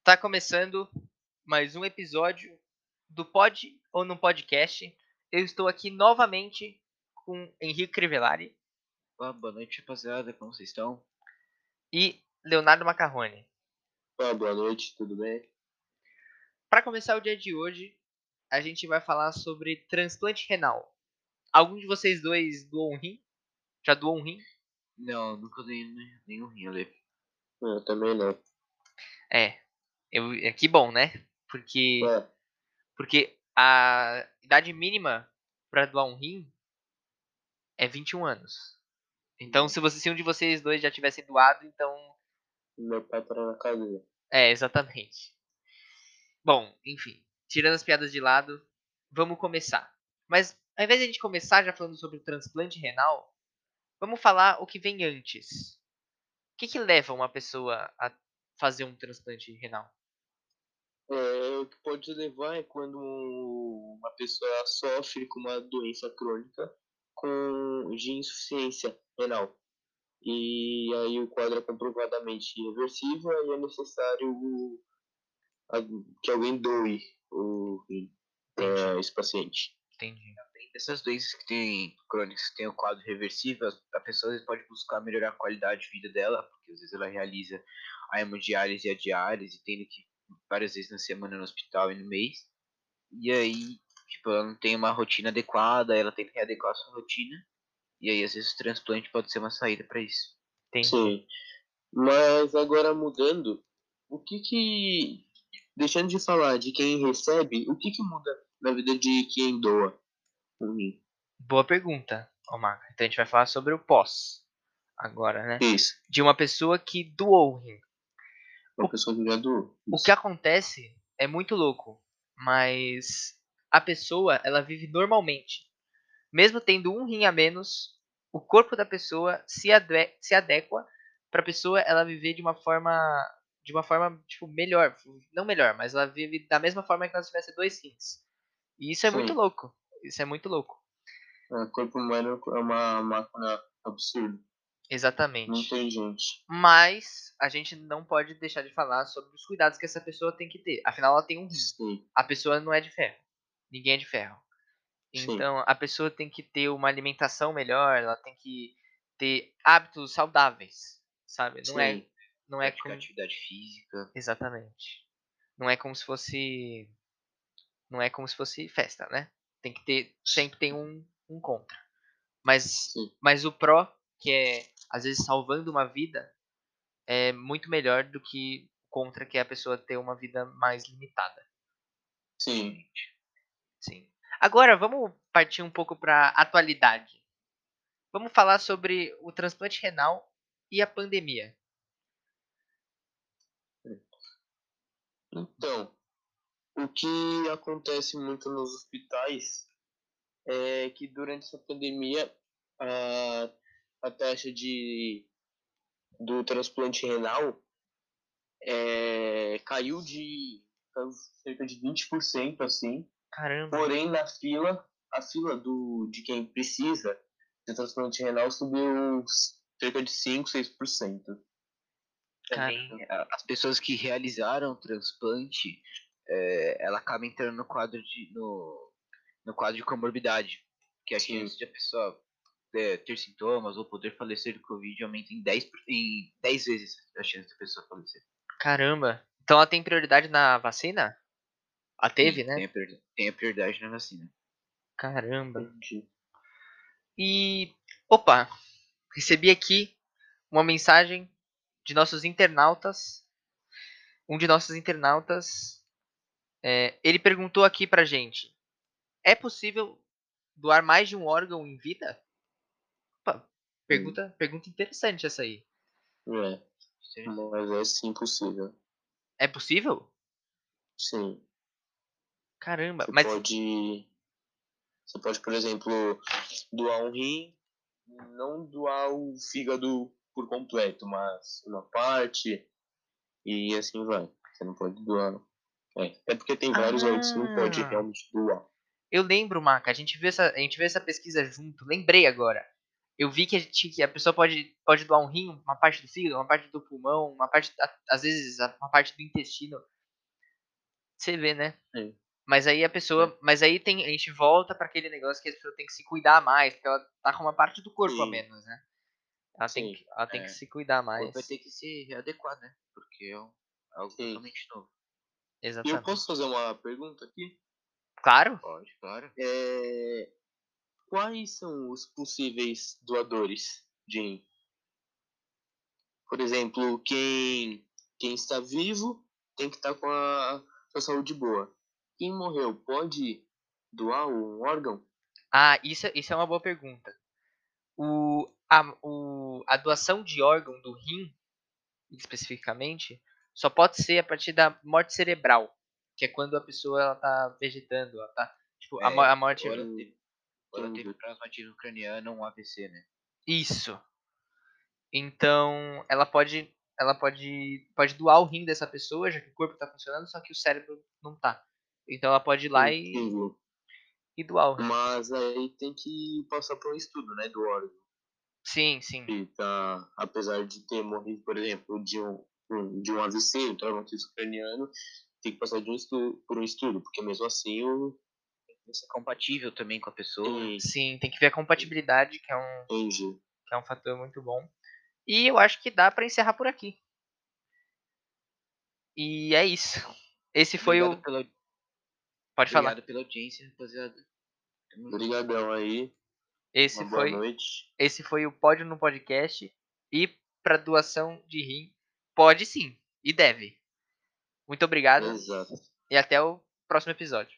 Tá começando mais um episódio do Pod ou no Podcast. Eu estou aqui novamente com Henrique Crivellari Boa noite, rapaziada. Como vocês estão? e Leonardo Macarrone. Boa noite, tudo bem? Para começar o dia de hoje, a gente vai falar sobre transplante renal. Algum de vocês dois doou um rim? Já doou um rim? Não, nunca dei nenhum rim ali. Eu também não. Que bom, né? Porque, É, porque a idade mínima para doar um rim é 21 anos. Então, se um de vocês dois já tivesse doado, então meu pai parou na cadeia. exatamente. Bom, enfim, tirando as piadas de lado, vamos começar. Mas ao invés de a gente começar já falando sobre o transplante renal, vamos falar o que vem antes. O que leva uma pessoa a fazer um transplante renal? O que pode levar é quando uma pessoa sofre com uma doença crônica de insuficiência renal. E aí o quadro é comprovadamente irreversível e é necessário que alguém doe o rim para esse paciente. Entendi. Essas doenças que tem crônicas, que tem o quadro reversível, a pessoa às vezes pode buscar melhorar a qualidade de vida dela, porque às vezes ela realiza a hemodiálise e a diálise, tendo que ir várias vezes na semana no hospital e no mês. E aí, tipo, ela não tem uma rotina adequada, ela tem que readequar a sua rotina. E aí, às vezes, o transplante pode ser uma saída para isso. Entendi. Sim, mas agora mudando, deixando de falar de quem recebe, o que muda na vida de quem doa o rim? Boa pergunta, Omar. Então a gente vai falar sobre o pós agora, né? Isso, De uma pessoa que doou o rim. uma pessoa que já doou. O que acontece é muito louco, mas a pessoa, ela vive normalmente. Mesmo tendo um rim a menos, o corpo da pessoa se adequa para a pessoa ela viver de uma forma tipo melhor, não melhor, mas ela vive da mesma forma que ela tivesse dois rins. E isso é muito Sim, louco. Isso é muito louco. o corpo humano é uma máquina absurda, muito Exatamente. inteligente. Mas a gente não pode deixar de falar sobre os cuidados que essa pessoa tem que ter. Afinal, ela tem um rim. Sim, A pessoa não é de ferro. Ninguém é de ferro. sim, Então, a pessoa tem que ter uma alimentação melhor, ela tem que ter hábitos saudáveis, sabe? sim, Não é Praticar como atividade física. exatamente. Não é como se fosse, não é como se fosse festa, né? Tem que ter, sempre tem um contra. Mas sim, mas o pró, que é às vezes salvando uma vida, é muito melhor do que contra, que é a pessoa ter uma vida mais limitada. sim. Sim. Agora vamos partir um pouco para atualidade. Vamos falar sobre o transplante renal e a pandemia. Então, o que acontece muito nos hospitais é que durante essa pandemia a, a taxa do transplante renal caiu de cerca de 20%, assim. Caramba, Porém, a fila de quem precisa de transplante renal subiu cerca de 5, 6%. caramba. Também as pessoas que realizaram o transplante, ela acaba entrando no quadro de comorbidade, que a Sim, chance de a pessoa ter sintomas ou poder falecer do Covid aumenta em 10 vezes a chance da pessoa falecer. Caramba. Então ela tem prioridade na vacina? Ela teve, Sim, né? tem a prioridade na vacina. Caramba. entendi. E, opa, recebi aqui uma mensagem de nossos internautas. Um de nossos internautas, ele perguntou aqui pra gente: é possível doar mais de um órgão em vida? Opa, Hum, pergunta interessante essa aí. É, mas é sim possível. É possível? Sim, Caramba, você mas pode, você pode, por exemplo, doar um rim, não doar o fígado por completo, mas uma parte e assim vai. Você não pode doar. É porque tem vários órgãos que você não pode ah, realmente doar. eu lembro, Maca, a gente viu essa pesquisa junto. Lembrei agora. Eu vi que a pessoa pode doar um rim, uma parte do fígado, uma parte do pulmão, uma parte, às vezes, uma parte do intestino. Você vê, né? É. Mas aí a pessoa. Mas aí a gente volta pra aquele negócio que a pessoa tem que se cuidar mais, porque ela tá com uma parte do corpo a Sim, menos, né? Ela tem sim, que, ela tem que É, se cuidar o corpo vai mais. ter que se readequar, né? Porque é algo sim. totalmente novo. E eu posso Exatamente. fazer uma pergunta aqui? Claro. Pode, claro. Quais são os possíveis doadores de rim? Por exemplo, quem está vivo tem que estar com a sua saúde boa. Quem morreu pode doar um órgão? Ah, isso é uma boa pergunta. A doação de órgão do rim, especificamente, só pode ser a partir da morte cerebral, que é quando a pessoa ela tá vegetando, ela tá, tipo, É, a morte. ou ela teve Entendi. traumatismo craniano, um AVC, né? Isso. Então, pode doar o rim dessa pessoa, já que o corpo está funcionando, só que o cérebro não tá. Então ela pode ir lá Entendi. e doar o rim. Mas aí tem que passar por um estudo, né, do órgão. Sim, sim. E tá, apesar de ter morrido, por exemplo, de um AVC, um traumatismo craniano, tem que passar por um estudo, porque mesmo assim o Tem que ser compatível também com a pessoa. tem, Sim, tem que ver a compatibilidade, entendi. que é um fator muito bom. E eu acho que dá para encerrar por aqui. E é isso. Esse foi Obrigado o. pela, Pode falar. obrigado pela audiência, rapaziada. Tamo junto. Obrigadão aí, Esse uma boa foi, noite. esse foi o Pódio no Podcast. E para doação de rim, pode sim. E deve. Muito obrigado. Exato. E até o próximo episódio.